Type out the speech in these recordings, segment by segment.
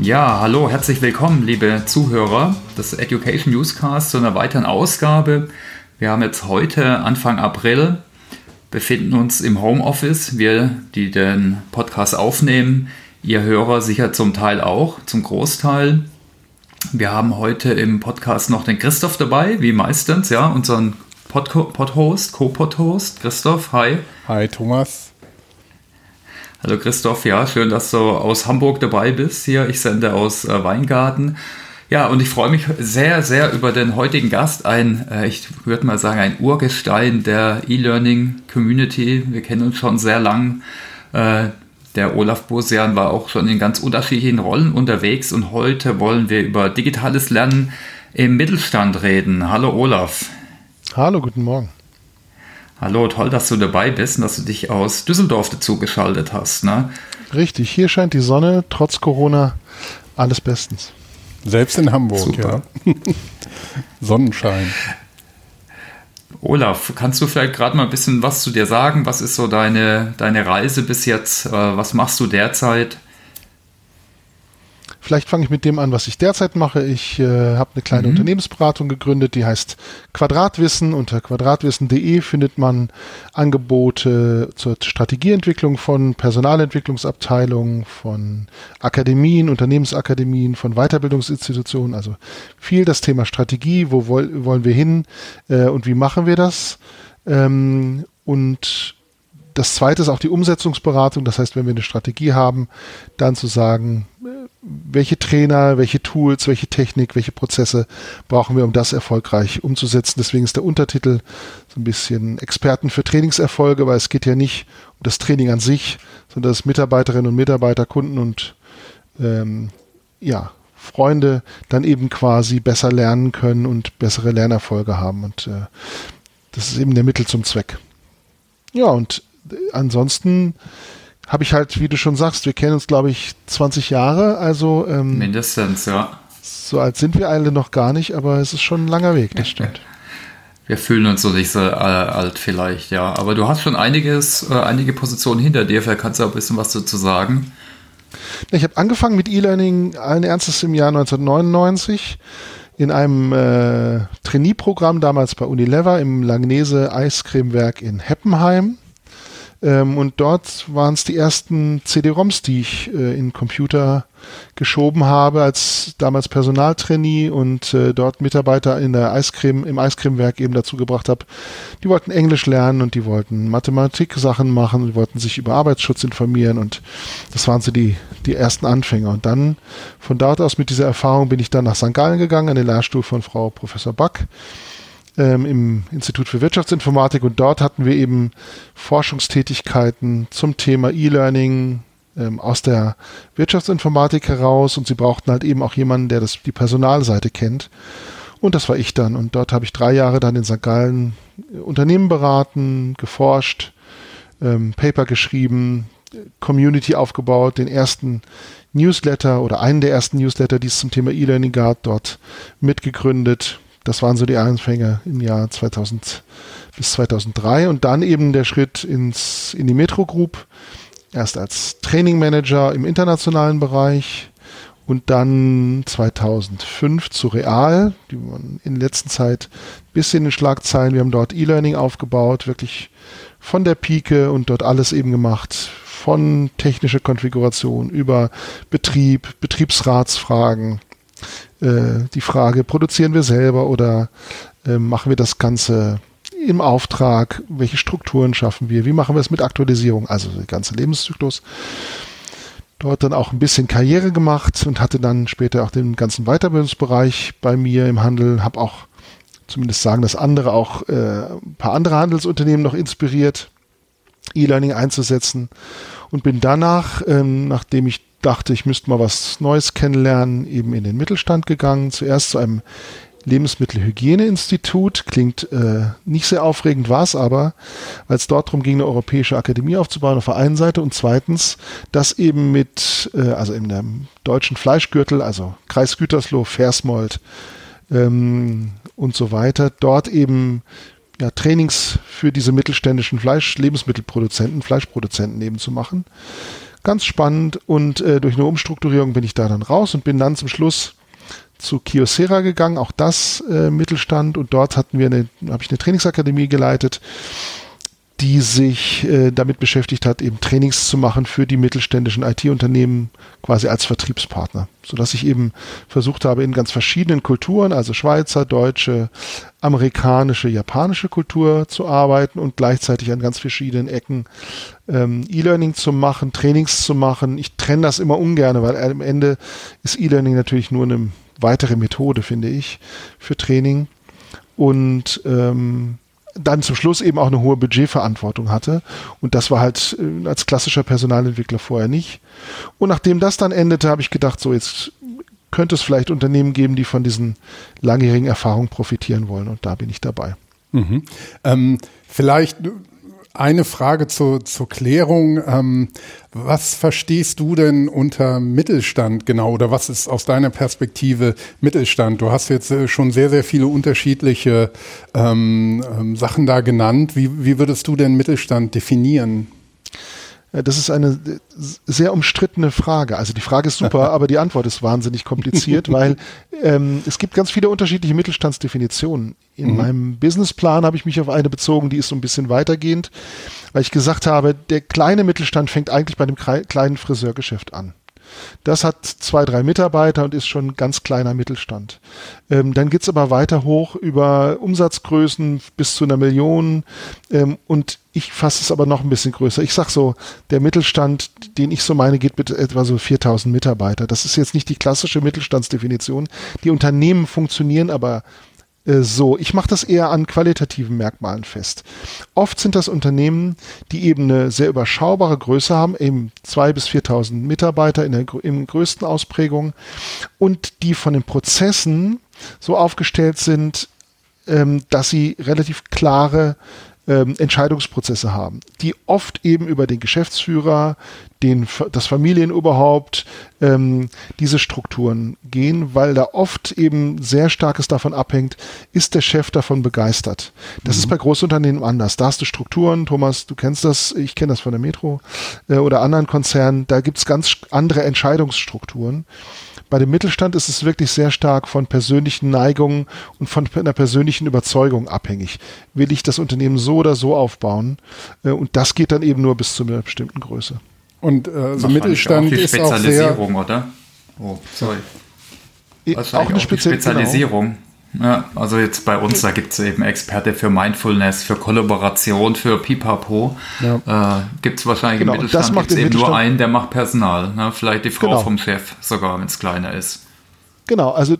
Ja, hallo, herzlich willkommen, liebe Zuhörer des Education Newscast zu einer weiteren Ausgabe. Wir haben jetzt heute Anfang April, befinden uns im Homeoffice, wir, die den Podcast aufnehmen, ihr Hörer sicher zum Teil auch, zum Großteil. Wir haben heute im Podcast noch den Christoph dabei, wie meistens, ja, unseren Co-Pod-Host. Christoph, hi. Hi, Thomas. Hallo Christoph, ja, schön, dass du aus Hamburg dabei bist hier. Ich sende aus Weingarten. Ja, und ich freue mich sehr, sehr über den heutigen Gast, ich würde mal sagen, ein Urgestein der E-Learning-Community. Wir kennen uns schon sehr lang. Der Olaf Bosian war auch schon in ganz unterschiedlichen Rollen unterwegs und heute wollen wir über digitales Lernen im Mittelstand reden. Hallo Olaf. Hallo, guten Morgen. Hallo, toll, dass du dabei bist und dass du dich aus Düsseldorf dazu geschaltet hast. Ne? Richtig, hier scheint die Sonne, trotz Corona, alles bestens. Selbst in Hamburg, super. Ja. Sonnenschein. Olaf, kannst du vielleicht gerade mal ein bisschen was zu dir sagen? Was ist so deine Reise bis jetzt? Was machst du derzeit? Vielleicht fange ich mit dem an, was ich derzeit mache. Ich habe eine kleine Unternehmensberatung gegründet, die heißt Quadratwissen. Unter quadratwissen.de findet man Angebote zur Strategieentwicklung von Personalentwicklungsabteilungen, von Akademien, Unternehmensakademien, von Weiterbildungsinstitutionen. Also viel das Thema Strategie, wo wollen wir hin und wie machen wir das? Und das zweite ist auch die Umsetzungsberatung. Das heißt, wenn wir eine Strategie haben, dann zu sagen, welche Trainer, welche Tools, welche Technik, welche Prozesse brauchen wir, um das erfolgreich umzusetzen. Deswegen ist der Untertitel so ein bisschen Experten für Trainingserfolge, weil es geht ja nicht um das Training an sich, sondern dass Mitarbeiterinnen und Mitarbeiter, Kunden und Freunde dann eben quasi besser lernen können und bessere Lernerfolge haben. Und das ist eben der Mittel zum Zweck. Ja, und ansonsten habe ich halt, wie du schon sagst, wir kennen uns, glaube ich, 20 Jahre, also mindestens, ja. So alt sind wir alle noch gar nicht, aber es ist schon ein langer Weg, das stimmt. Wir fühlen uns so nicht so alt vielleicht, ja. Aber du hast schon einige Positionen hinter dir, vielleicht kannst du auch ein bisschen was dazu sagen. Ich habe angefangen mit E-Learning allen Ernstes im Jahr 1999 in einem Trainee-Programm, damals bei Unilever im Langnese Eiscremewerk in Heppenheim. Und dort waren es die ersten CD-ROMs, die ich in Computer geschoben habe, als damals Personaltrainee und dort Mitarbeiter im Eiscremewerk eben dazu gebracht habe. Die wollten Englisch lernen und die wollten Mathematik-Sachen machen, die wollten sich über Arbeitsschutz informieren und das waren so die ersten Anfänger. Und dann von dort aus mit dieser Erfahrung bin ich dann nach St. Gallen gegangen, an den Lehrstuhl von Frau Professor Back im Institut für Wirtschaftsinformatik und dort hatten wir eben Forschungstätigkeiten zum Thema E-Learning aus der Wirtschaftsinformatik heraus und sie brauchten halt eben auch jemanden, der die Personalseite kennt und das war ich dann und dort habe ich 3 Jahre dann in St. Gallen Unternehmen beraten, geforscht, Paper geschrieben, Community aufgebaut, den ersten Newsletter oder einen der ersten Newsletter, die es zum Thema E-Learning gab, dort mitgegründet. Das waren so die Anfänge im Jahr 2000 bis 2003 und dann eben der Schritt in die Metro Group, erst als Training Manager im internationalen Bereich und dann 2005 zu Real, die waren in der letzten Zeit ein bisschen in den Schlagzeilen. Wir haben dort E-Learning aufgebaut, wirklich von der Pike und dort alles eben gemacht, von technischer Konfiguration über Betrieb, Betriebsratsfragen, die Frage, produzieren wir selber oder machen wir das Ganze im Auftrag? Welche Strukturen schaffen wir? Wie machen wir es mit Aktualisierung? Also der ganze Lebenszyklus. Dort dann auch ein bisschen Karriere gemacht und hatte dann später auch den ganzen Weiterbildungsbereich bei mir im Handel. Habe auch, zumindest sagen das andere, auch ein paar andere Handelsunternehmen noch inspiriert, E-Learning einzusetzen und bin danach, nachdem ich dachte, ich müsste mal was Neues kennenlernen, eben in den Mittelstand gegangen. Zuerst zu einem Lebensmittelhygieneinstitut. Klingt nicht sehr aufregend, war es aber, weil es dort darum ging, eine europäische Akademie aufzubauen auf der einen Seite und zweitens, das eben also in dem deutschen Fleischgürtel, also Kreis Gütersloh, Versmold und so weiter, dort eben Trainings für diese mittelständischen Fleischproduzenten eben zu machen. Ganz spannend und durch eine Umstrukturierung bin ich da dann raus und bin dann zum Schluss zu Kyocera gegangen, auch das Mittelstand, und dort habe ich eine Trainingsakademie geleitet, die sich damit beschäftigt hat, eben Trainings zu machen für die mittelständischen IT-Unternehmen quasi als Vertriebspartner, sodass ich eben versucht habe, in ganz verschiedenen Kulturen, also Schweizer, deutsche, amerikanische, japanische Kultur zu arbeiten und gleichzeitig an ganz verschiedenen Ecken E-Learning zu machen, Trainings zu machen. Ich trenne das immer ungern, weil am Ende ist E-Learning natürlich nur eine weitere Methode, finde ich, für Training, und dann zum Schluss eben auch eine hohe Budgetverantwortung hatte. Und das war halt als klassischer Personalentwickler vorher nicht. Und nachdem das dann endete, habe ich gedacht, so jetzt könnte es vielleicht Unternehmen geben, die von diesen langjährigen Erfahrungen profitieren wollen. Und da bin ich dabei. Mhm. Vielleicht eine Frage zur Klärung. Was verstehst du denn unter Mittelstand genau, oder was ist aus deiner Perspektive Mittelstand? Du hast jetzt schon sehr, sehr viele unterschiedliche Sachen da genannt. Wie würdest du denn Mittelstand definieren? Das ist eine sehr umstrittene Frage. Also die Frage ist super, aber die Antwort ist wahnsinnig kompliziert, weil es gibt ganz viele unterschiedliche Mittelstandsdefinitionen. In meinem Businessplan habe ich mich auf eine bezogen, die ist so ein bisschen weitergehend, weil ich gesagt habe, der kleine Mittelstand fängt eigentlich bei dem kleinen Friseurgeschäft an. Das hat 2, 3 Mitarbeiter und ist schon ein ganz kleiner Mittelstand. Dann geht's aber weiter hoch über Umsatzgrößen bis zu 1 Million. Und ich fasse es aber noch ein bisschen größer. Ich sag so, der Mittelstand, den ich so meine, geht mit etwa so 4.000 Mitarbeiter. Das ist jetzt nicht die klassische Mittelstandsdefinition. Die Unternehmen funktionieren aber so. Ich mache das eher an qualitativen Merkmalen fest. Oft sind das Unternehmen, die eben eine sehr überschaubare Größe haben, eben 2.000 bis 4.000 Mitarbeiter in größten Ausprägung, und die von den Prozessen so aufgestellt sind, dass sie relativ klare Entscheidungsprozesse haben, die oft eben über den Geschäftsführer, das Familienoberhaupt, diese Strukturen gehen, weil da oft eben sehr starkes davon abhängt, ist der Chef davon begeistert. Das ist bei Großunternehmen anders. Da hast du Strukturen, Thomas, du kennst das, ich kenne das von der Metro oder anderen Konzernen, da gibt es ganz andere Entscheidungsstrukturen. Bei dem Mittelstand ist es wirklich sehr stark von persönlichen Neigungen und von einer persönlichen Überzeugung abhängig. Will ich das Unternehmen so oder so aufbauen? Und das geht dann eben nur bis zu einer bestimmten Größe. Und so Mittelstand auch die ist auch Spezialisierung, sehr, oder? Oh, sorry. Auch eine die Spezialisierung. Genau. Ja, also jetzt bei uns, da gibt es eben Experte für Mindfulness, für Kollaboration, für Pipapo. Ja. Gibt es wahrscheinlich im Mittelstand gibt's eben nur einen, der macht Personal. Ne? Vielleicht die Frau vom Chef sogar, wenn es kleiner ist. Genau, also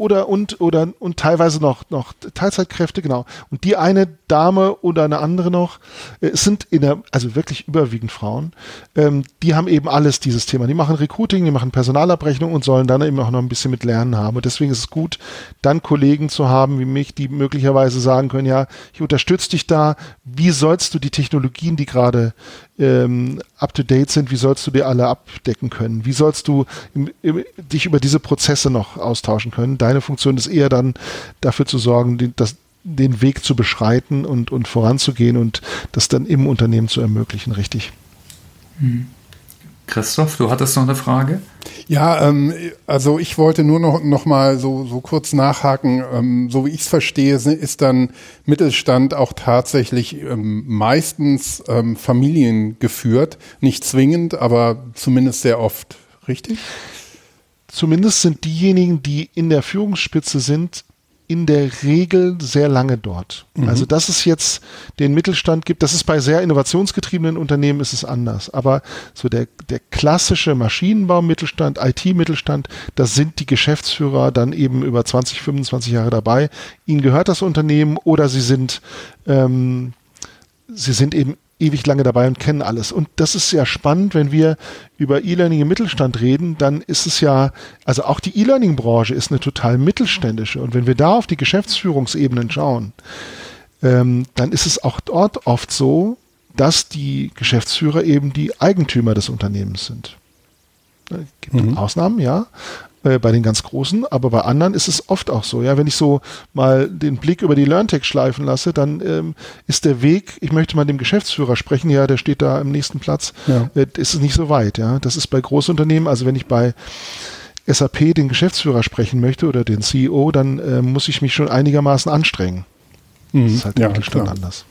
und teilweise noch Teilzeitkräfte, genau. Und die eine Dame oder eine andere noch, es sind also wirklich überwiegend Frauen, die haben eben alles dieses Thema. Die machen Recruiting, die machen Personalabrechnung und sollen dann eben auch noch ein bisschen mit Lernen haben. Und deswegen ist es gut, dann Kollegen zu haben wie mich, die möglicherweise sagen können, ja, ich unterstütze dich da. Wie sollst du die Technologien, die gerade up-to-date sind, wie sollst du die alle abdecken können? Wie sollst du dich über diese Prozesse noch austauschen können? Deine Funktion ist eher dann dafür zu sorgen, den Weg zu beschreiten und voranzugehen und das dann im Unternehmen zu ermöglichen, richtig? Christoph, du hattest noch eine Frage? Ja, also ich wollte nur noch mal so kurz nachhaken. So wie ich es verstehe, ist dann Mittelstand auch tatsächlich meistens familiengeführt. Nicht zwingend, aber zumindest sehr oft. Richtig? Zumindest sind diejenigen, die in der Führungsspitze sind, in der Regel sehr lange dort. Also dass es jetzt den Mittelstand gibt, das ist bei sehr innovationsgetriebenen Unternehmen ist es anders. Aber so der klassische Maschinenbau-Mittelstand, IT-Mittelstand, da sind die Geschäftsführer dann eben über 20, 25 Jahre dabei. Ihnen gehört das Unternehmen oder sie sind eben ewig lange dabei und kennen alles. Und das ist sehr spannend, wenn wir über E-Learning im Mittelstand reden, dann ist es ja, also auch die E-Learning-Branche ist eine total mittelständische. Und wenn wir da auf die Geschäftsführungsebenen schauen, dann ist es auch dort oft so, dass die Geschäftsführer eben die Eigentümer des Unternehmens sind. Es gibt Ausnahmen, ja. bei den ganz Großen, aber bei anderen ist es oft auch so. Ja, wenn ich so mal den Blick über die LearnTech schleifen lasse, dann ist der Weg, ich möchte mal dem Geschäftsführer sprechen, ja, der steht da am nächsten Platz, ist es nicht so weit. Ja, das ist bei Großunternehmen, also wenn ich bei SAP den Geschäftsführer sprechen möchte oder den CEO, dann muss ich mich schon einigermaßen anstrengen. Das ist halt im Mittelstand anders.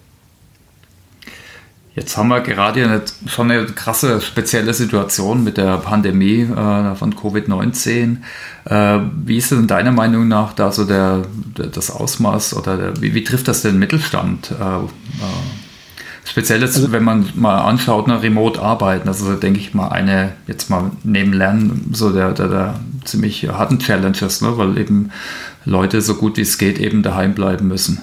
Jetzt haben wir gerade schon eine krasse, spezielle Situation mit der Pandemie von Covid-19. Wie ist denn deiner Meinung nach da so das Ausmaß oder wie trifft das den Mittelstand? Speziell jetzt, wenn man mal anschaut, Remote arbeiten, also denke ich mal jetzt mal neben Lernen, so der ziemlich harten Challenges, ne? Weil eben Leute so gut wie es geht eben daheim bleiben müssen.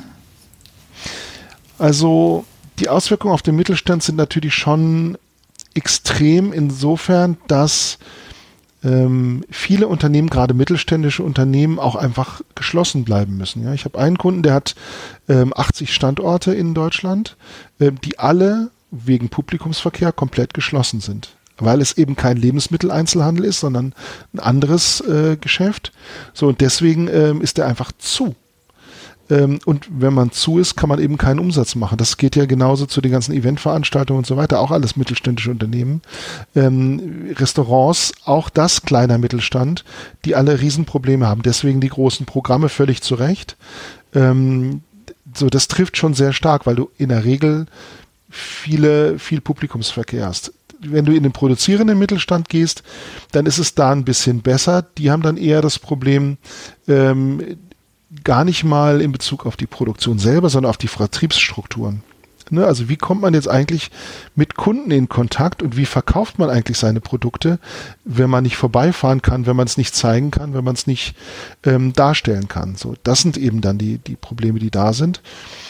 Also die Auswirkungen auf den Mittelstand sind natürlich schon extrem insofern, dass viele Unternehmen, gerade mittelständische Unternehmen, auch einfach geschlossen bleiben müssen. Ja, ich habe einen Kunden, der hat 80 Standorte in Deutschland, die alle wegen Publikumsverkehr komplett geschlossen sind, weil es eben kein Lebensmitteleinzelhandel ist, sondern ein anderes Geschäft. So, und deswegen ist der einfach zu. Und wenn man zu ist, kann man eben keinen Umsatz machen. Das geht ja genauso zu den ganzen Eventveranstaltungen und so weiter, auch alles mittelständische Unternehmen. Restaurants, auch das kleiner Mittelstand, die alle Riesenprobleme haben. Deswegen die großen Programme völlig zu Recht. So, das trifft schon sehr stark, weil du in der Regel viel Publikumsverkehr hast. Wenn du in den produzierenden Mittelstand gehst, dann ist es da ein bisschen besser. Die haben dann eher das Problem, gar nicht mal in Bezug auf die Produktion selber, sondern auf die Vertriebsstrukturen. Ne, also wie kommt man jetzt eigentlich mit Kunden in Kontakt und wie verkauft man eigentlich seine Produkte, wenn man nicht vorbeifahren kann, wenn man es nicht zeigen kann, wenn man es nicht darstellen kann. So, das sind eben dann die Probleme, die da sind.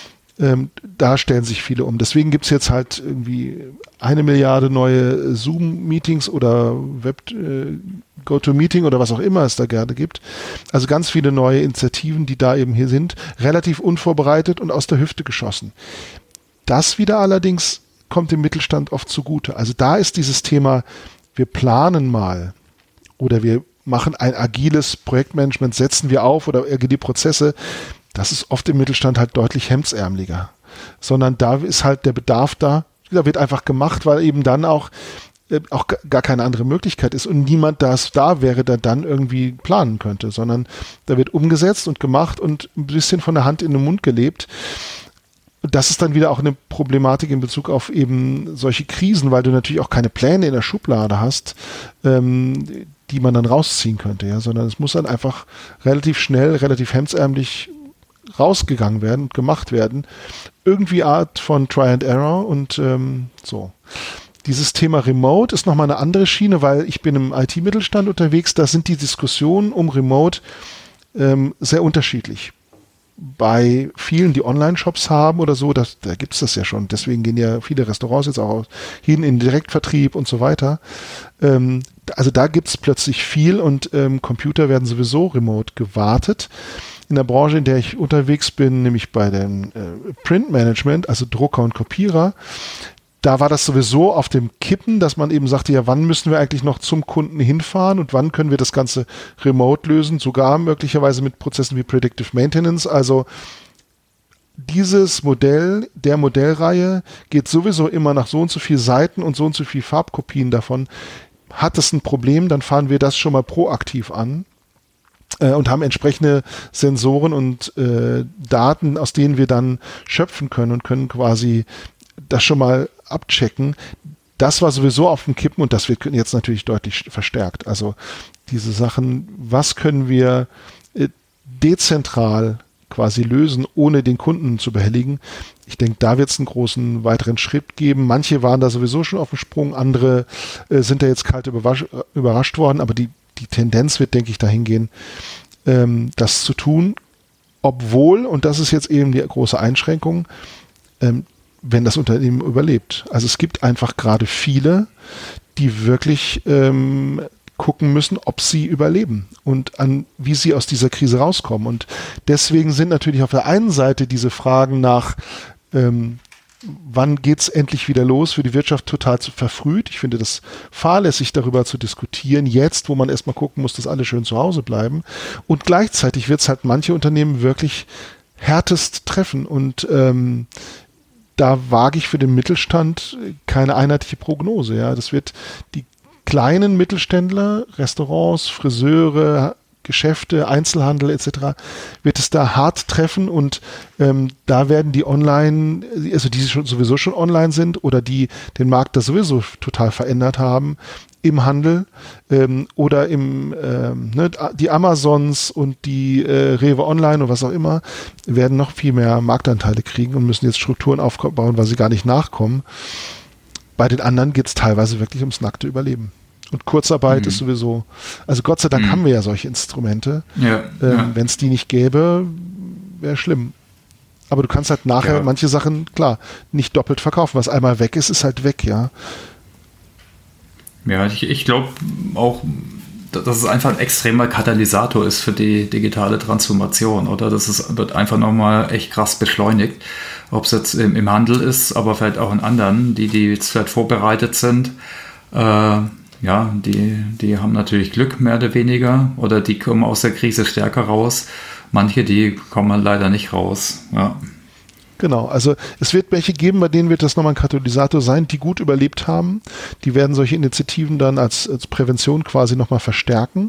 Da stellen sich viele um. Deswegen gibt es jetzt halt irgendwie 1 Milliarde neue Zoom-Meetings oder GoToMeeting oder was auch immer es da gerne gibt. Also ganz viele neue Initiativen, die da eben hier sind, relativ unvorbereitet und aus der Hüfte geschossen. Das wieder allerdings kommt dem Mittelstand oft zugute. Also da ist dieses Thema, wir planen mal oder wir machen ein agiles Projektmanagement, setzen wir auf oder die Prozesse. Das ist oft im Mittelstand halt deutlich hemdsärmeliger. Sondern da ist halt der Bedarf da wird einfach gemacht, weil eben dann auch gar keine andere Möglichkeit ist und niemand, das da wäre, der dann irgendwie planen könnte, sondern da wird umgesetzt und gemacht und ein bisschen von der Hand in den Mund gelebt. Das ist dann wieder auch eine Problematik in Bezug auf eben solche Krisen, weil du natürlich auch keine Pläne in der Schublade hast, die man dann rausziehen könnte, ja, sondern es muss dann einfach relativ schnell, relativ hemdsärmlich rausgegangen werden und gemacht werden. Irgendwie Art von Try and Error und so. Dieses Thema Remote ist nochmal eine andere Schiene, weil ich bin im IT-Mittelstand unterwegs, da sind die Diskussionen um Remote sehr unterschiedlich. Bei vielen, die Online-Shops haben oder so, da gibt es das ja schon. Deswegen gehen ja viele Restaurants jetzt auch hin in den Direktvertrieb und so weiter. Also da gibt es plötzlich viel und Computer werden sowieso remote gewartet. In der Branche, in der ich unterwegs bin, nämlich bei dem Printmanagement, also Drucker und Kopierer, da war das sowieso auf dem Kippen, dass man eben sagte, ja, wann müssen wir eigentlich noch zum Kunden hinfahren und wann können wir das Ganze remote lösen, sogar möglicherweise mit Prozessen wie Predictive Maintenance. Also dieses Modell der Modellreihe geht sowieso immer nach so und so viel Seiten und so und so viel Farbkopien davon. Hat es ein Problem, dann fahren wir das schon mal proaktiv an und haben entsprechende Sensoren und Daten, aus denen wir dann schöpfen können und können quasi das schon mal abchecken. Das war sowieso auf dem Kippen und das wird jetzt natürlich deutlich verstärkt. Also diese Sachen, was können wir dezentral quasi lösen, ohne den Kunden zu behelligen. Ich denke, da wird es einen großen weiteren Schritt geben. Manche waren da sowieso schon auf dem Sprung, andere sind da jetzt kalt überrascht worden, aber die Tendenz wird, denke ich, dahin gehen, das zu tun, obwohl, und das ist jetzt eben die große Einschränkung, wenn das Unternehmen überlebt. Also es gibt einfach gerade viele, die wirklich gucken müssen, ob sie überleben und wie sie aus dieser Krise rauskommen. Und deswegen sind natürlich auf der einen Seite diese Fragen nach wann geht's endlich wieder los, für die Wirtschaft total zu verfrüht. Ich finde das fahrlässig, darüber zu diskutieren, jetzt, wo man erstmal gucken muss, dass alle schön zu Hause bleiben. Und gleichzeitig wird es halt manche Unternehmen wirklich härtest treffen. Und da wage ich für den Mittelstand keine einheitliche Prognose. Ja, das wird die kleinen Mittelständler, Restaurants, Friseure, Geschäfte, Einzelhandel etc. wird es da hart treffen und da werden die online, also die sowieso schon online sind oder die den Markt da sowieso total verändert haben im Handel oder die Amazons und die Rewe Online oder was auch immer, werden noch viel mehr Marktanteile kriegen und müssen jetzt Strukturen aufbauen, weil sie gar nicht nachkommen. Bei den anderen geht es teilweise wirklich ums nackte Überleben. Und Kurzarbeit ist sowieso, also Gott sei Dank haben wir ja solche Instrumente. Ja, wenn es die nicht gäbe, wäre schlimm. Aber du kannst halt nachher manche Sachen, klar, nicht doppelt verkaufen. Was einmal weg ist, ist halt weg, ja. Ja, ich glaube auch, dass es einfach ein extremer Katalysator ist für die digitale Transformation, oder? Wird einfach nochmal echt krass beschleunigt. Ob es jetzt im Handel ist, aber vielleicht auch in anderen, die jetzt vielleicht vorbereitet sind. Ja, die haben natürlich Glück, mehr oder weniger, oder die kommen aus der Krise stärker raus. Manche, die kommen leider nicht raus. Ja. Genau, also es wird welche geben, bei denen wird das nochmal ein Katalysator sein, die gut überlebt haben. Die werden solche Initiativen dann als Prävention quasi nochmal verstärken.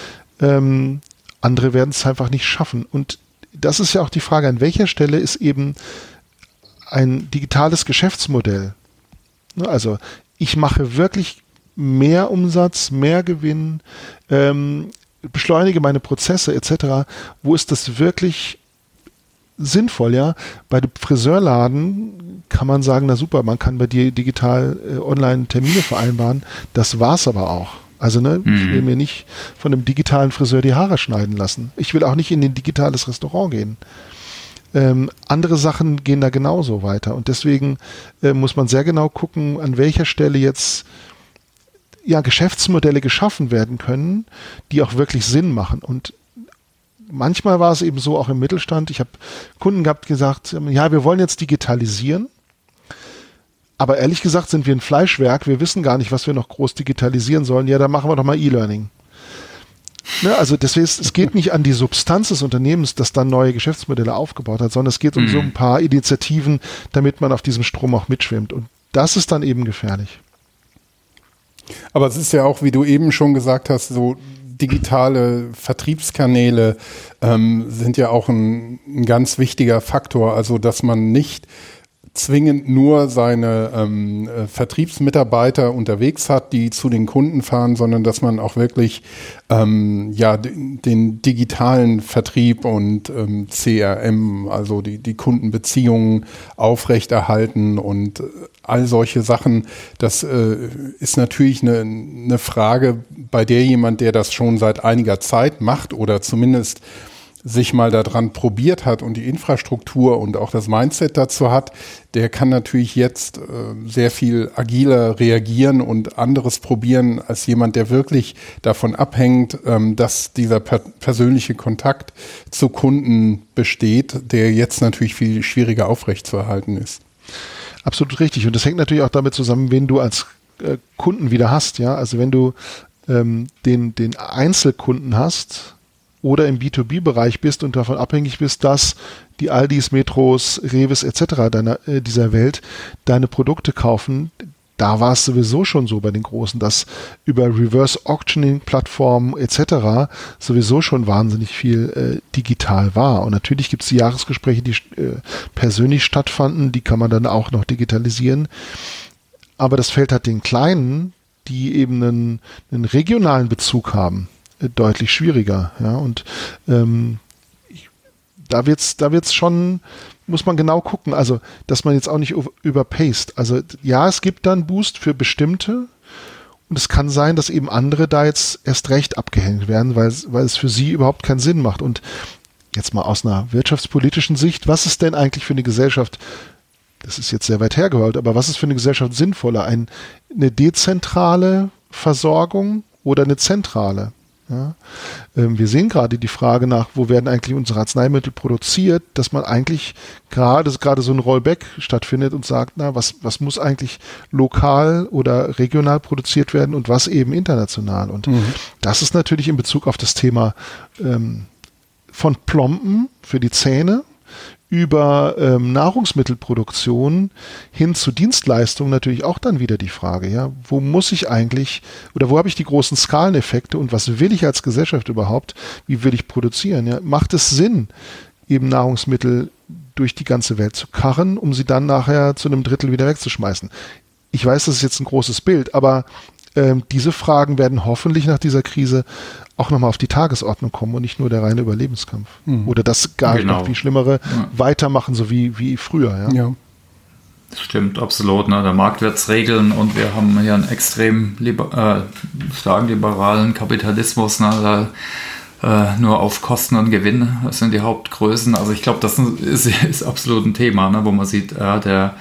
Andere werden es einfach nicht schaffen. Und das ist ja auch die Frage, an welcher Stelle ist eben ein digitales Geschäftsmodell. Also ich mache wirklich mehr Umsatz, mehr Gewinn, beschleunige meine Prozesse etc. Wo ist das wirklich sinnvoll, ja? Bei dem Friseurladen kann man sagen, na super, man kann bei dir digital online Termine vereinbaren. Das war's aber auch. Also ich will mir nicht von einem digitalen Friseur die Haare schneiden lassen. Ich will auch nicht in ein digitales Restaurant gehen. Andere Sachen gehen da genauso weiter. Und deswegen muss man sehr genau gucken, an welcher Stelle jetzt Geschäftsmodelle geschaffen werden können, die auch wirklich Sinn machen. Und manchmal war es eben so, auch im Mittelstand, ich habe Kunden gehabt, gesagt, ja, wir wollen jetzt digitalisieren, aber ehrlich gesagt sind wir ein Fleischwerk, wir wissen gar nicht, was wir noch groß digitalisieren sollen, ja, dann machen wir doch mal E-Learning. Ne, also deswegen, es geht nicht an die Substanz des Unternehmens, das dann neue Geschäftsmodelle aufgebaut hat, sondern es geht um so ein paar Initiativen, damit man auf diesem Strom auch mitschwimmt. Und das ist dann eben gefährlich. Aber es ist ja auch, wie du eben schon gesagt hast, so digitale Vertriebskanäle sind ja auch ein ganz wichtiger Faktor. Also, dass man nicht zwingend nur seine Vertriebsmitarbeiter unterwegs hat, die zu den Kunden fahren, sondern dass man auch wirklich den digitalen Vertrieb und CRM, also die Kundenbeziehungen aufrechterhalten und all solche Sachen. Das ist natürlich eine Frage, bei der jemand, der das schon seit einiger Zeit macht oder zumindest sich mal daran probiert hat und die Infrastruktur und auch das Mindset dazu hat, der kann natürlich jetzt sehr viel agiler reagieren und anderes probieren als jemand, der wirklich davon abhängt, dass dieser persönliche Kontakt zu Kunden besteht, der jetzt natürlich viel schwieriger aufrechtzuerhalten ist. Absolut richtig. Und das hängt natürlich auch damit zusammen, wen du als Kunden wieder hast. Ja, also wenn du den Einzelkunden hast, oder im B2B-Bereich bist und davon abhängig bist, dass die Aldis, Metros, Reves etc. Dieser Welt deine Produkte kaufen, da war es sowieso schon so bei den Großen, dass über Reverse-Auctioning-Plattformen etc. sowieso schon wahnsinnig viel digital war. Und natürlich gibt es die Jahresgespräche, die persönlich stattfanden, die kann man dann auch noch digitalisieren. Aber das fällt halt den Kleinen, die eben einen regionalen Bezug haben, deutlich schwieriger, ja, und da wird's schon, muss man genau gucken, also, dass man jetzt auch nicht überpaced, also, ja, es gibt dann Boost für bestimmte und es kann sein, dass eben andere da jetzt erst recht abgehängt werden, weil es für sie überhaupt keinen Sinn macht. Und jetzt mal aus einer wirtschaftspolitischen Sicht, was ist denn eigentlich für eine Gesellschaft, das ist jetzt sehr weit hergeholt, aber was ist für eine Gesellschaft sinnvoller? Eine dezentrale Versorgung oder eine zentrale? Ja? Wir sehen gerade die Frage nach, wo werden eigentlich unsere Arzneimittel produziert, dass man eigentlich gerade so ein Rollback stattfindet und sagt, na, was muss eigentlich lokal oder regional produziert werden und was eben international. Und das ist natürlich in Bezug auf das Thema von Plomben für die Zähne über Nahrungsmittelproduktion hin zu Dienstleistungen natürlich auch dann wieder die Frage, ja, wo muss ich eigentlich oder wo habe ich die großen Skaleneffekte und was will ich als Gesellschaft überhaupt, wie will ich produzieren? Ja? Macht es Sinn, eben Nahrungsmittel durch die ganze Welt zu karren, um sie dann nachher zu einem Drittel wieder wegzuschmeißen? Ich weiß, das ist jetzt ein großes Bild, aber diese Fragen werden hoffentlich nach dieser Krise auch nochmal auf die Tagesordnung kommen und nicht nur der reine Überlebenskampf. Oder das gar noch viel Schlimmere weitermachen, so wie früher. Ja. Das stimmt, absolut. Ne? Der Markt wird es regeln und wir haben hier einen extrem starken liberalen Kapitalismus. Ne? Nur auf Kosten und Gewinn, das sind die Hauptgrößen. Also ich glaube, das ist absolut ein Thema, ne? Wo man sieht, da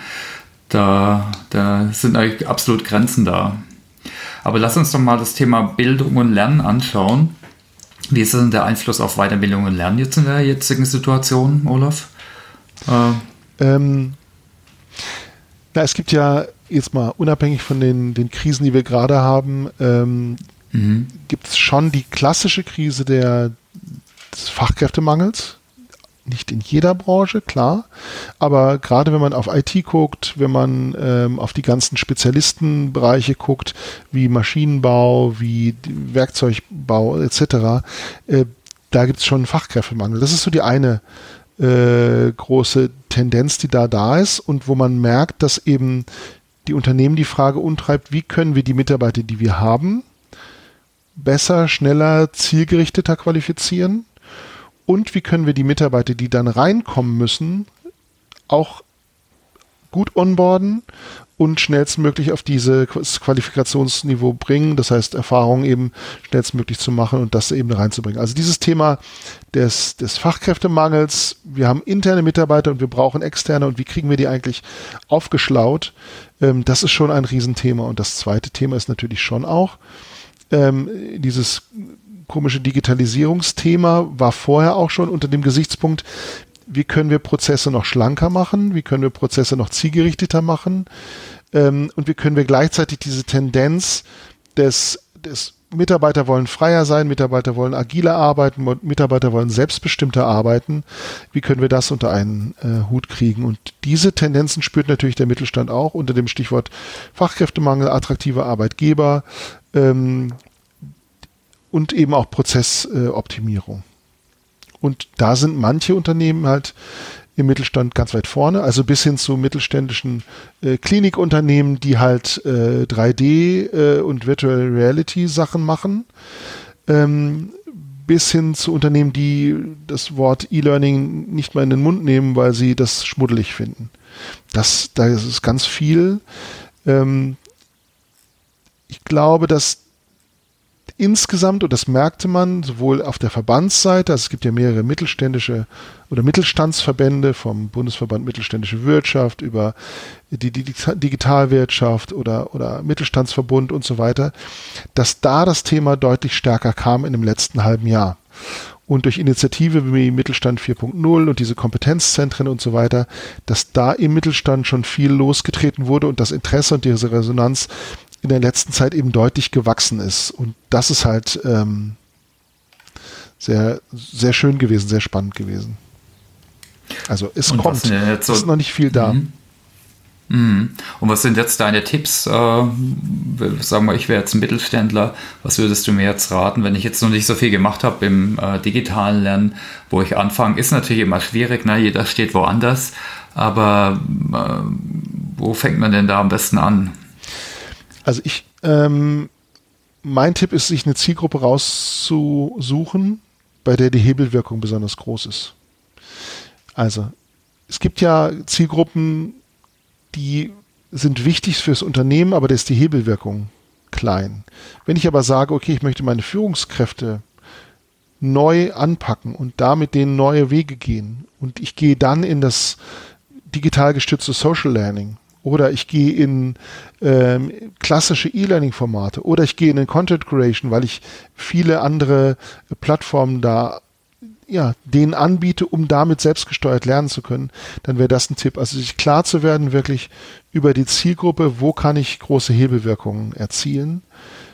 sind eigentlich absolut Grenzen da. Aber lass uns doch mal das Thema Bildung und Lernen anschauen. Wie ist denn der Einfluss auf Weiterbildung und Lernen jetzt in der jetzigen Situation, Olaf? Es gibt ja jetzt mal unabhängig von den Krisen, die wir gerade haben, gibt es schon die klassische Krise des Fachkräftemangels. Nicht in jeder Branche, klar, aber gerade wenn man auf IT guckt, wenn man auf die ganzen Spezialistenbereiche guckt, wie Maschinenbau, wie Werkzeugbau etc., da gibt es schon einen Fachkräftemangel. Das ist so die eine große Tendenz, die da ist und wo man merkt, dass eben die Unternehmen die Frage umtreibt, wie können wir die Mitarbeiter, die wir haben, besser, schneller, zielgerichteter qualifizieren? Und wie können wir die Mitarbeiter, die dann reinkommen müssen, auch gut onboarden und schnellstmöglich auf dieses Qualifikationsniveau bringen, das heißt Erfahrung eben schnellstmöglich zu machen und das eben reinzubringen. Also dieses Thema des Fachkräftemangels, wir haben interne Mitarbeiter und wir brauchen externe und wie kriegen wir die eigentlich aufgeschlaut, das ist schon ein Riesenthema. Und das zweite Thema ist natürlich schon auch dieses komische Digitalisierungsthema war vorher auch schon unter dem Gesichtspunkt, wie können wir Prozesse noch schlanker machen, wie können wir Prozesse noch zielgerichteter machen und wie können wir gleichzeitig diese Tendenz des Mitarbeiter wollen freier sein, Mitarbeiter wollen agiler arbeiten, Mitarbeiter wollen selbstbestimmter arbeiten, wie können wir das unter einen Hut kriegen? Und diese Tendenzen spürt natürlich der Mittelstand auch unter dem Stichwort Fachkräftemangel, attraktive Arbeitgeber, und eben auch Prozessoptimierung. Und da sind manche Unternehmen halt im Mittelstand ganz weit vorne, also bis hin zu mittelständischen Klinikunternehmen, die halt 3D und Virtual Reality Sachen machen, bis hin zu Unternehmen, die das Wort E-Learning nicht mal in den Mund nehmen, weil sie das schmuddelig finden. Da ist ganz viel. Ich glaube, dass insgesamt, und das merkte man sowohl auf der Verbandsseite, also es gibt ja mehrere mittelständische oder Mittelstandsverbände vom Bundesverband Mittelständische Wirtschaft über die Digitalwirtschaft oder Mittelstandsverbund und so weiter, dass da das Thema deutlich stärker kam in dem letzten halben Jahr. Und durch Initiative wie Mittelstand 4.0 und diese Kompetenzzentren und so weiter, dass da im Mittelstand schon viel losgetreten wurde und das Interesse und diese Resonanz in der letzten Zeit eben deutlich gewachsen ist. Und das ist halt sehr, sehr schön gewesen, sehr spannend gewesen. Also es kommt, es ist noch nicht viel da. Und was sind jetzt deine Tipps? Sagen wir, ich wäre jetzt ein Mittelständler. Was würdest du mir jetzt raten, wenn ich jetzt noch nicht so viel gemacht habe im digitalen Lernen, wo ich anfange? Ist natürlich immer schwierig, ne? Jeder steht woanders. Aber wo fängt man denn da am besten an? Also mein Tipp ist, sich eine Zielgruppe rauszusuchen, bei der die Hebelwirkung besonders groß ist. Also es gibt ja Zielgruppen, die sind wichtig fürs Unternehmen, aber da ist die Hebelwirkung klein. Wenn ich aber sage, okay, ich möchte meine Führungskräfte neu anpacken und da mit denen neue Wege gehen und ich gehe dann in das digital gestützte Social Learning oder ich gehe in klassische E-Learning-Formate oder ich gehe in den Content Creation, weil ich viele andere Plattformen da denen anbiete, um damit selbstgesteuert lernen zu können, dann wäre das ein Tipp. Also sich klar zu werden, wirklich über die Zielgruppe, wo kann ich große Hebelwirkungen erzielen.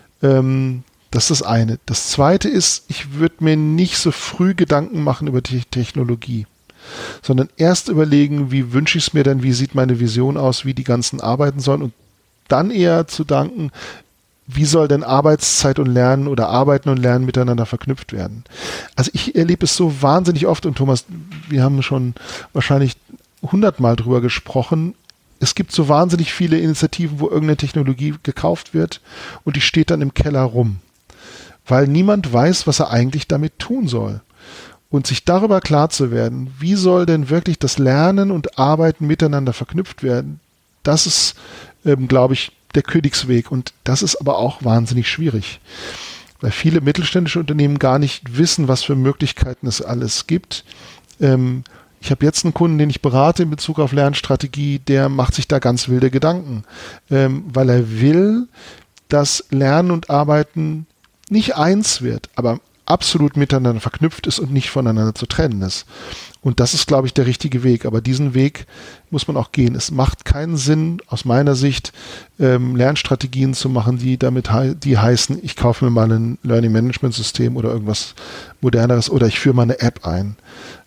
Das ist das eine. Das zweite ist, ich würde mir nicht so früh Gedanken machen über die Technologie, sondern erst überlegen, wie wünsche ich es mir denn, wie sieht meine Vision aus, wie die ganzen arbeiten sollen und dann eher zu denken, wie soll denn Arbeitszeit und Lernen oder Arbeiten und Lernen miteinander verknüpft werden? Also ich erlebe es so wahnsinnig oft und Thomas, wir haben schon wahrscheinlich 100-mal drüber gesprochen. Es gibt so wahnsinnig viele Initiativen, wo irgendeine Technologie gekauft wird und die steht dann im Keller rum, weil niemand weiß, was er eigentlich damit tun soll. Und sich darüber klar zu werden, wie soll denn wirklich das Lernen und Arbeiten miteinander verknüpft werden, das ist, glaube ich, der Königsweg. Und das ist aber auch wahnsinnig schwierig, weil viele mittelständische Unternehmen gar nicht wissen, was für Möglichkeiten es alles gibt. Ich habe jetzt einen Kunden, den ich berate in Bezug auf Lernstrategie, der macht sich da ganz wilde Gedanken, weil er will, dass Lernen und Arbeiten nicht eins wird, aber absolut miteinander verknüpft ist und nicht voneinander zu trennen ist. Und das ist, glaube ich, der richtige Weg. Aber diesen Weg muss man auch gehen. Es macht keinen Sinn, aus meiner Sicht, Lernstrategien zu machen, die heißen, ich kaufe mir mal ein Learning Management System oder irgendwas Moderneres oder ich führe mal eine App ein.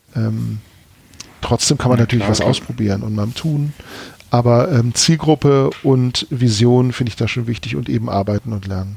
Trotzdem kann man natürlich was ausprobieren und mal tun. Aber Zielgruppe und Vision finde ich da schon wichtig und eben arbeiten und lernen.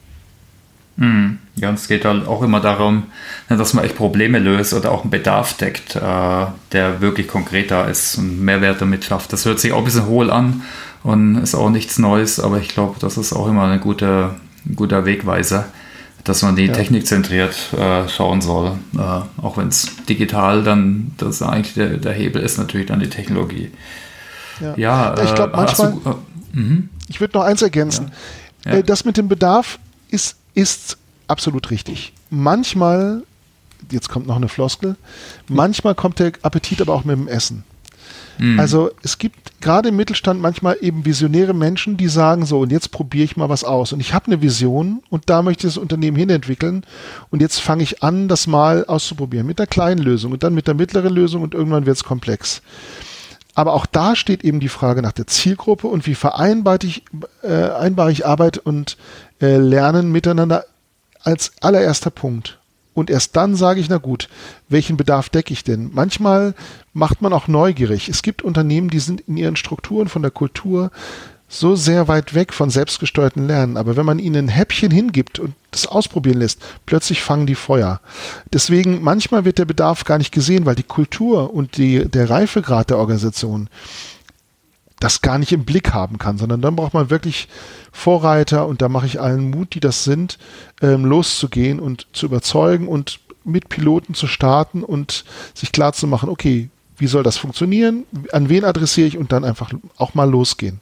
Ja, und es geht halt auch immer darum, dass man echt Probleme löst oder auch einen Bedarf deckt, der wirklich konkret da ist und Mehrwert damit schafft. Das hört sich auch ein bisschen hohl an und ist auch nichts Neues, aber ich glaube, das ist auch immer ein guter Wegweiser, dass man die Technik zentriert schauen soll, auch wenn es digital dann, das eigentlich der Hebel ist, natürlich dann die Technologie. Ja, ich glaube manchmal, ich würde noch eins ergänzen, das mit dem Bedarf ist absolut richtig. Manchmal, jetzt kommt noch eine Floskel, manchmal kommt der Appetit aber auch mit dem Essen. Also es gibt gerade im Mittelstand manchmal eben visionäre Menschen, die sagen so, und jetzt probiere ich mal was aus. Und ich habe eine Vision und da möchte ich das Unternehmen hinentwickeln und jetzt fange ich an, das mal auszuprobieren mit der kleinen Lösung und dann mit der mittleren Lösung und irgendwann wird es komplex. Aber auch da steht eben die Frage nach der Zielgruppe und wie vereinbare ich Arbeit und Lernen miteinander als allererster Punkt. Und erst dann sage ich, na gut, welchen Bedarf decke ich denn? Manchmal macht man auch neugierig. Es gibt Unternehmen, die sind in ihren Strukturen von der Kultur so sehr weit weg von selbstgesteuerten Lernen. Aber wenn man ihnen ein Häppchen hingibt und das ausprobieren lässt, plötzlich fangen die Feuer. Deswegen, manchmal wird der Bedarf gar nicht gesehen, weil die Kultur und der Reifegrad der Organisation das gar nicht im Blick haben kann, sondern dann braucht man wirklich Vorreiter und da mache ich allen Mut, die das sind, loszugehen und zu überzeugen und mit Piloten zu starten und sich klar zu machen, okay, wie soll das funktionieren, an wen adressiere ich und dann einfach auch mal losgehen.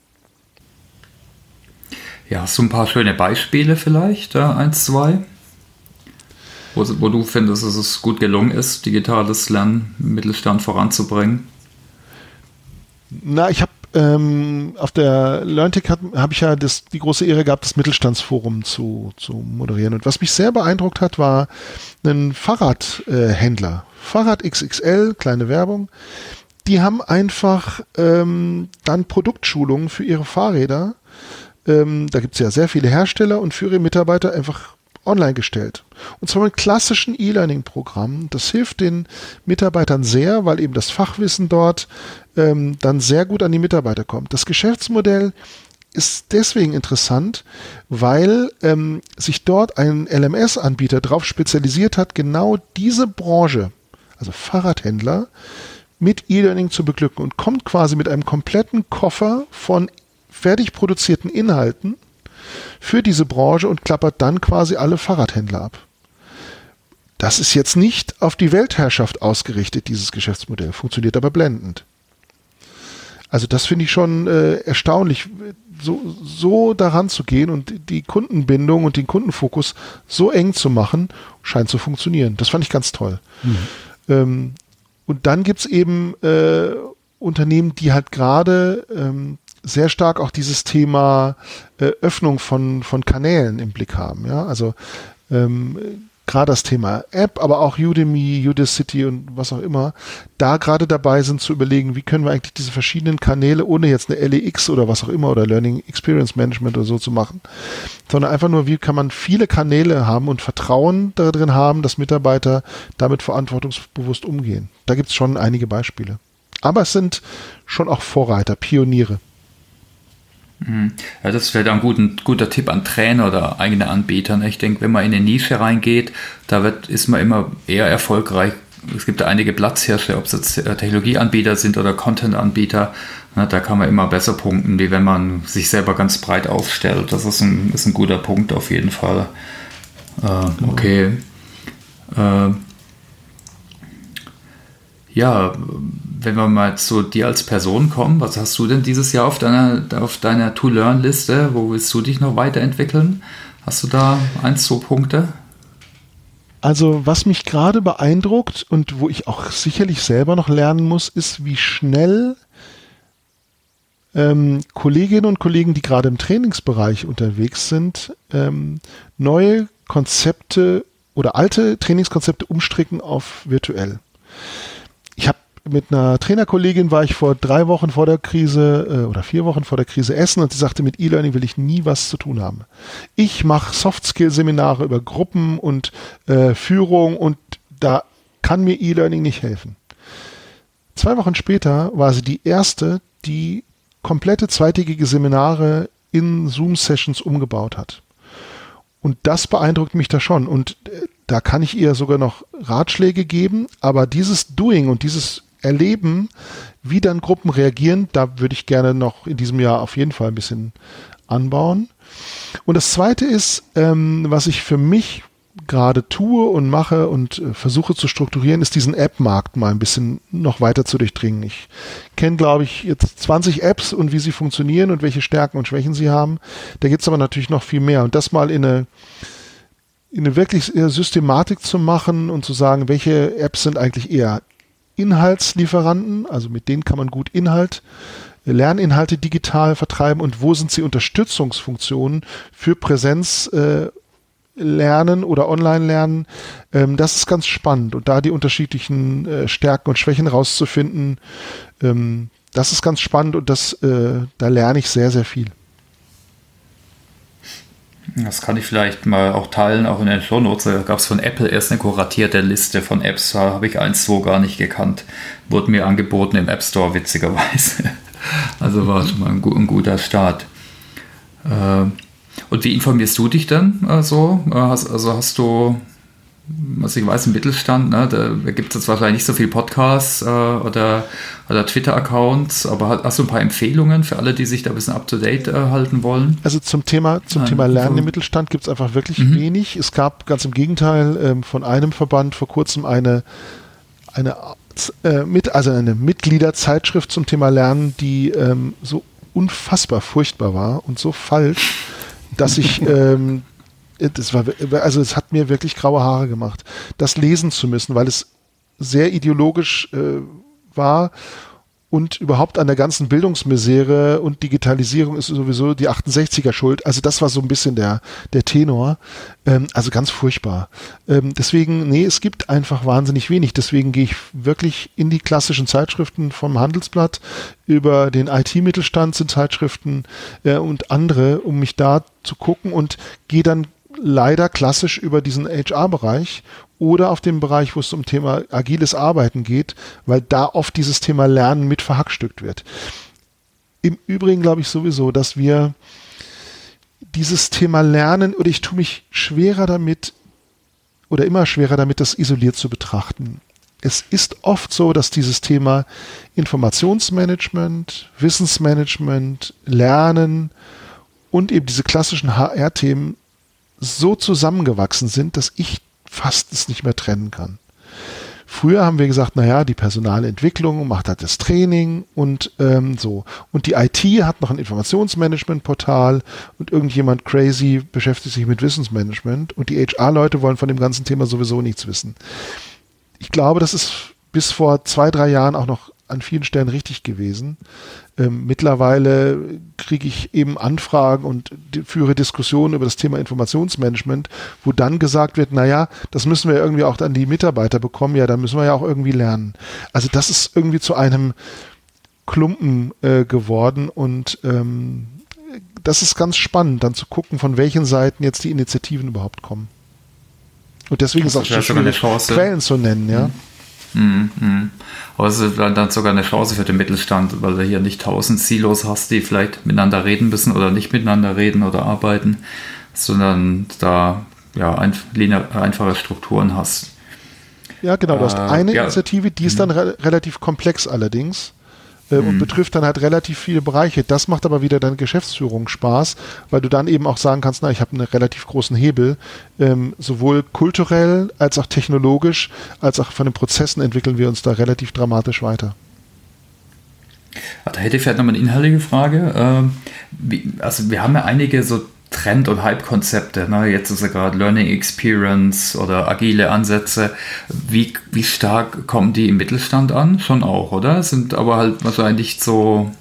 Ja, hast du ein paar schöne Beispiele vielleicht, 1, 2, wo du findest, dass es gut gelungen ist, digitales Lernen im Mittelstand voranzubringen? Na, ich habe auf der LearnTech habe ich ja die große Ehre gehabt, das Mittelstandsforum zu moderieren. Und was mich sehr beeindruckt hat, war ein Fahrradhändler. Fahrrad XXL, kleine Werbung. Die haben einfach dann Produktschulungen für ihre Fahrräder. Da gibt es ja sehr viele Hersteller und für ihre Mitarbeiter einfach online gestellt. Und zwar mit klassischen E-Learning-Programmen. Das hilft den Mitarbeitern sehr, weil eben das Fachwissen dort dann sehr gut an die Mitarbeiter kommt. Das Geschäftsmodell ist deswegen interessant, weil sich dort ein LMS-Anbieter darauf spezialisiert hat, genau diese Branche, also Fahrradhändler, mit E-Learning zu beglücken und kommt quasi mit einem kompletten Koffer von fertig produzierten Inhalten für diese Branche und klappert dann quasi alle Fahrradhändler ab. Das ist jetzt nicht auf die Weltherrschaft ausgerichtet, dieses Geschäftsmodell, funktioniert aber blendend. Also das finde ich schon erstaunlich, so daran zu gehen und die Kundenbindung und den Kundenfokus so eng zu machen, scheint zu funktionieren. Das fand ich ganz toll. Und dann gibt es eben Unternehmen, die halt gerade sehr stark auch dieses Thema Öffnung von Kanälen im Blick haben. Ja? Also gerade das Thema App, aber auch Udemy, Udacity und was auch immer, da gerade dabei sind zu überlegen, wie können wir eigentlich diese verschiedenen Kanäle, ohne jetzt eine LEX oder was auch immer oder Learning Experience Management oder so zu machen, sondern einfach nur, wie kann man viele Kanäle haben und Vertrauen darin haben, dass Mitarbeiter damit verantwortungsbewusst umgehen. Da gibt es schon einige Beispiele. Aber es sind schon auch Vorreiter, Pioniere. Ja, das wäre dann ein guter Tipp an Trainer oder eigene Anbieter. Ich denke, wenn man in eine Nische reingeht, ist man immer eher erfolgreich. Es gibt da einige Platzhirsche, ob es jetzt Technologieanbieter sind oder Content-Anbieter. Da kann man immer besser punkten, wie wenn man sich selber ganz breit aufstellt. Das ist ein guter Punkt auf jeden Fall. Okay. Ja, wenn wir mal zu dir als Person kommen, was hast du denn dieses Jahr auf deiner To-Learn-Liste? Wo willst du dich noch weiterentwickeln? Hast du da 1-2 Punkte? Also was mich gerade beeindruckt und wo ich auch sicherlich selber noch lernen muss, ist, wie schnell Kolleginnen und Kollegen, die gerade im Trainingsbereich unterwegs sind, neue Konzepte oder alte Trainingskonzepte umstricken auf virtuell. Mit einer Trainerkollegin war ich vor 3 Wochen vor der Krise oder 4 Wochen vor der Krise essen und sie sagte, mit E-Learning will ich nie was zu tun haben. Ich mache Soft-Skill-Seminare über Gruppen und Führung und da kann mir E-Learning nicht helfen. 2 Wochen später war sie die erste, die komplette zweitägige Seminare in Zoom-Sessions umgebaut hat. Und das beeindruckt mich da schon. Und da kann ich ihr sogar noch Ratschläge geben, aber dieses Doing und dieses Erleben, wie dann Gruppen reagieren, da würde ich gerne noch in diesem Jahr auf jeden Fall ein bisschen anbauen. Und das Zweite ist, was ich für mich gerade tue und mache und versuche zu strukturieren, ist diesen App-Markt mal ein bisschen noch weiter zu durchdringen. Ich kenne, glaube ich, jetzt 20 Apps und wie sie funktionieren und welche Stärken und Schwächen sie haben. Da gibt es aber natürlich noch viel mehr. Und das mal in eine wirklich Systematik zu machen und zu sagen, welche Apps sind eigentlich eher Inhaltslieferanten, also mit denen kann man gut Lerninhalte digital vertreiben und wo sind sie Unterstützungsfunktionen für Präsenzlernen oder Online-Lernen. Das ist ganz spannend und da die unterschiedlichen Stärken und Schwächen rauszufinden, das ist ganz spannend und da lerne ich sehr, sehr viel. Das kann ich vielleicht mal auch teilen, auch in den Shownotes. Da gab es von Apple erst eine kuratierte Liste von Apps, da habe ich 1-2 gar nicht gekannt. Wurde mir angeboten im App Store, witzigerweise. Also war schon mal ein guter Start. Und wie informierst du dich dann so? Hast du, was ich weiß, im Mittelstand, ne, da gibt es jetzt wahrscheinlich nicht so viele Podcasts oder Twitter-Accounts, aber hast du ein paar Empfehlungen für alle, die sich da ein bisschen up-to-date halten wollen? Also zum Thema Lernen im Mittelstand gibt es einfach wirklich wenig. Es gab ganz im Gegenteil von einem Verband vor kurzem eine Mitgliederzeitschrift zum Thema Lernen, die so unfassbar furchtbar war und so falsch, dass ich es hat mir wirklich graue Haare gemacht, das lesen zu müssen, weil es sehr ideologisch war und überhaupt an der ganzen Bildungsmisere und Digitalisierung ist sowieso die 68er schuld. Also das war so ein bisschen der Tenor. Also ganz furchtbar. Deswegen, es gibt einfach wahnsinnig wenig. Deswegen gehe ich wirklich in die klassischen Zeitschriften vom Handelsblatt über den IT-Mittelstand sind Zeitschriften und andere, um mich da zu gucken und gehe dann leider klassisch über diesen HR-Bereich oder auf dem Bereich, wo es um Thema agiles Arbeiten geht, weil da oft dieses Thema Lernen mit verhackstückt wird. Im Übrigen glaube ich sowieso, dass wir dieses Thema Lernen, oder ich tue mich schwerer damit oder immer schwerer damit, das isoliert zu betrachten. Es ist oft so, dass dieses Thema Informationsmanagement, Wissensmanagement, Lernen und eben diese klassischen HR-Themen so zusammengewachsen sind, dass ich fast es nicht mehr trennen kann. Früher haben wir gesagt, die personale Entwicklung macht halt das Training und so. Und die IT hat noch ein Informationsmanagement-Portal und irgendjemand crazy beschäftigt sich mit Wissensmanagement und die HR-Leute wollen von dem ganzen Thema sowieso nichts wissen. Ich glaube, das ist bis vor 2-3 Jahren auch noch an vielen Stellen richtig gewesen. Mittlerweile kriege ich eben Anfragen und führe Diskussionen über das Thema Informationsmanagement, wo dann gesagt wird, naja, das müssen wir irgendwie auch an die Mitarbeiter bekommen, ja, da müssen wir ja auch irgendwie lernen. Also das ist irgendwie zu einem Klumpen geworden und das ist ganz spannend, dann zu gucken, von welchen Seiten jetzt die Initiativen überhaupt kommen. Und deswegen ist auch so schwierig, Quellen zu nennen, ja. Aber es ist dann sogar eine Chance für den Mittelstand, weil du hier nicht 1000 Silos hast, die vielleicht miteinander reden müssen oder nicht miteinander reden oder arbeiten, sondern da ja einfache Strukturen hast. Ja, genau. Du hast eine Initiative, die ist dann relativ komplex allerdings. Und betrifft dann halt relativ viele Bereiche. Das macht aber wieder deine Geschäftsführung Spaß, weil du dann eben auch sagen kannst, na, ich habe einen relativ großen Hebel, sowohl kulturell als auch technologisch, als auch von den Prozessen entwickeln wir uns da relativ dramatisch weiter. Da hätte ich vielleicht nochmal eine inhaltliche Frage. Also wir haben ja einige so Trend- und Hype-Konzepte, ne? Jetzt ist ja gerade Learning Experience oder agile Ansätze. Wie stark kommen die im Mittelstand an? Schon auch, oder? Sind aber halt wahrscheinlich so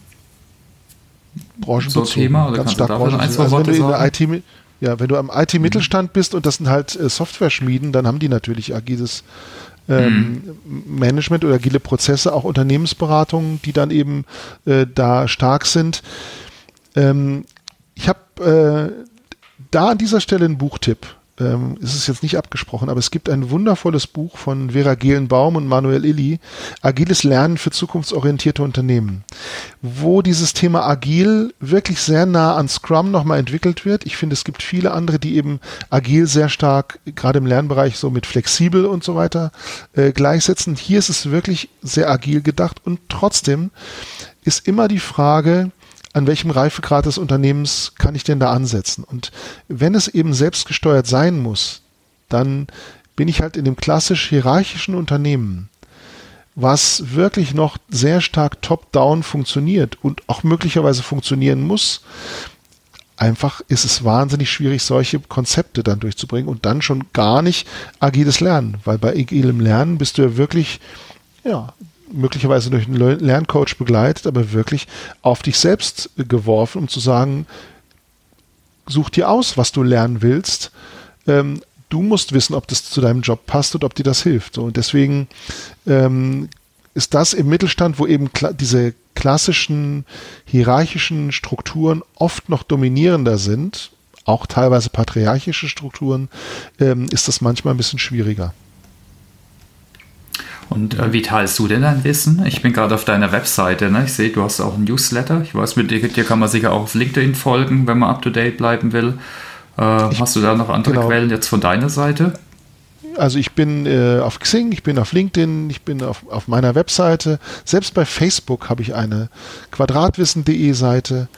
Thema? Oder ganz stark branchenbezogen. Wenn du am IT-Mittelstand bist und das sind halt Software-Schmieden, dann haben die natürlich agiles Management oder agile Prozesse, auch Unternehmensberatungen, die dann eben da stark sind. Ich habe da an dieser Stelle einen Buchtipp. Es ist jetzt nicht abgesprochen, aber es gibt ein wundervolles Buch von Vera Gehlenbaum und Manuel Illy, Agiles Lernen für zukunftsorientierte Unternehmen, wo dieses Thema Agil wirklich sehr nah an Scrum nochmal entwickelt wird. Ich finde, es gibt viele andere, die eben Agil sehr stark, gerade im Lernbereich, so mit flexibel und so weiter gleichsetzen. Hier ist es wirklich sehr agil gedacht und trotzdem ist immer die Frage, an welchem Reifegrad des Unternehmens kann ich denn da ansetzen? Und wenn es eben selbstgesteuert sein muss, dann bin ich halt in dem klassisch hierarchischen Unternehmen, was wirklich noch sehr stark top-down funktioniert und auch möglicherweise funktionieren muss. Einfach ist es wahnsinnig schwierig, solche Konzepte dann durchzubringen und dann schon gar nicht agiles Lernen, weil bei agilem Lernen bist du ja wirklich, möglicherweise durch einen Lerncoach begleitet, aber wirklich auf dich selbst geworfen, um zu sagen, such dir aus, was du lernen willst. Du musst wissen, ob das zu deinem Job passt und ob dir das hilft. So, und deswegen ist das im Mittelstand, wo eben diese klassischen hierarchischen Strukturen oft noch dominierender sind, auch teilweise patriarchische Strukturen, ist das manchmal ein bisschen schwieriger. Und wie teilst du denn dein Wissen? Ich bin gerade auf deiner Webseite, ne? Ich sehe, du hast auch ein Newsletter. Ich weiß, mit dir kann man sicher auch auf LinkedIn folgen, wenn man up-to-date bleiben will. Hast du da noch andere Quellen jetzt von deiner Seite? Also ich bin auf Xing, ich bin auf LinkedIn, ich bin auf meiner Webseite. Selbst bei Facebook habe ich eine quadratwissen.de Seite.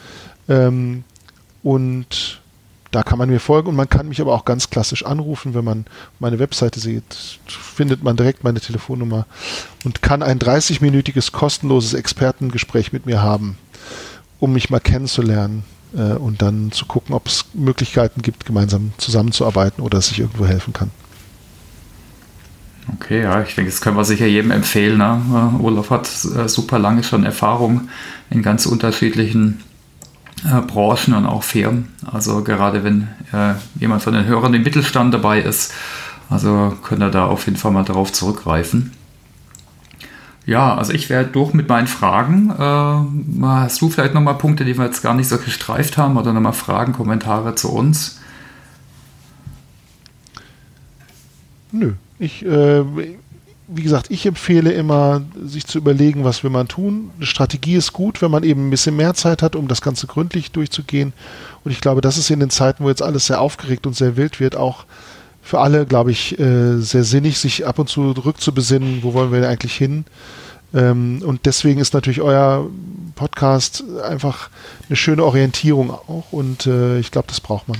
Und da kann man mir folgen und man kann mich aber auch ganz klassisch anrufen. Wenn man meine Webseite sieht, findet man direkt meine Telefonnummer und kann ein 30-minütiges kostenloses Expertengespräch mit mir haben, um mich mal kennenzulernen und dann zu gucken, ob es Möglichkeiten gibt, gemeinsam zusammenzuarbeiten oder dass ich irgendwo helfen kann. Okay, ja, ich denke, das können wir sicher jedem empfehlen. Ne? Olaf hat super lange schon Erfahrung in ganz unterschiedlichen Branchen und auch Firmen. Also gerade wenn jemand von den Hörern im Mittelstand dabei ist, also könnt ihr da auf jeden Fall mal darauf zurückgreifen. Ja, also ich wäre durch mit meinen Fragen. Hast du vielleicht nochmal Punkte, die wir jetzt gar nicht so gestreift haben oder nochmal Fragen, Kommentare zu uns? Nö, wie gesagt, ich empfehle immer, sich zu überlegen, was will man tun. Eine Strategie ist gut, wenn man eben ein bisschen mehr Zeit hat, um das Ganze gründlich durchzugehen. Und ich glaube, das ist in den Zeiten, wo jetzt alles sehr aufgeregt und sehr wild wird, auch für alle, glaube ich, sehr sinnig, sich ab und zu rückzubesinnen, wo wollen wir denn eigentlich hin? Und deswegen ist natürlich euer Podcast einfach eine schöne Orientierung auch und ich glaube, das braucht man.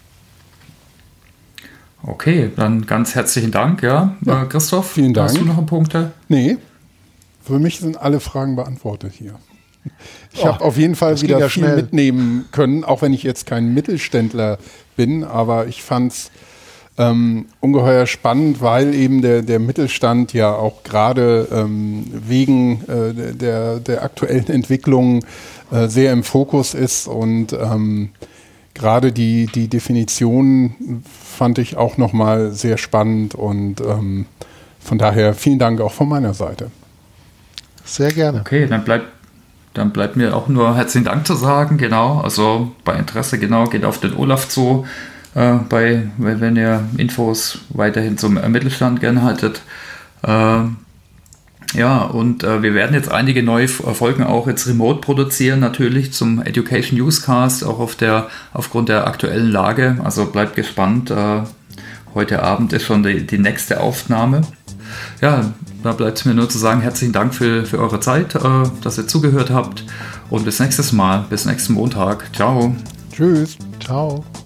Okay, dann ganz herzlichen Dank. Ja. Christoph, vielen Dank. Hast du noch einen Punkt? Nee, für mich sind alle Fragen beantwortet hier. Ich habe auf jeden Fall wieder viel mitnehmen können, auch wenn ich jetzt kein Mittelständler bin, aber ich fand es ungeheuer spannend, weil eben der Mittelstand ja auch gerade wegen der aktuellen Entwicklungen sehr im Fokus ist und gerade die Definition fand ich auch nochmal sehr spannend und von daher vielen Dank auch von meiner Seite. Sehr gerne. Okay, dann bleibt mir auch nur herzlichen Dank zu sagen, genau, also bei Interesse, genau, geht auf den Olaf zu, wenn ihr Infos weiterhin zum Mittelstand gerne haltet. Ja, und wir werden jetzt einige neue Folgen auch jetzt remote produzieren, natürlich zum Education Newscast, auch aufgrund der aktuellen Lage. Also bleibt gespannt. Heute Abend ist schon die nächste Aufnahme. Ja, da bleibt es mir nur zu sagen, herzlichen Dank für eure Zeit, dass ihr zugehört habt. Und bis nächstes Mal, bis nächsten Montag. Ciao. Tschüss. Ciao.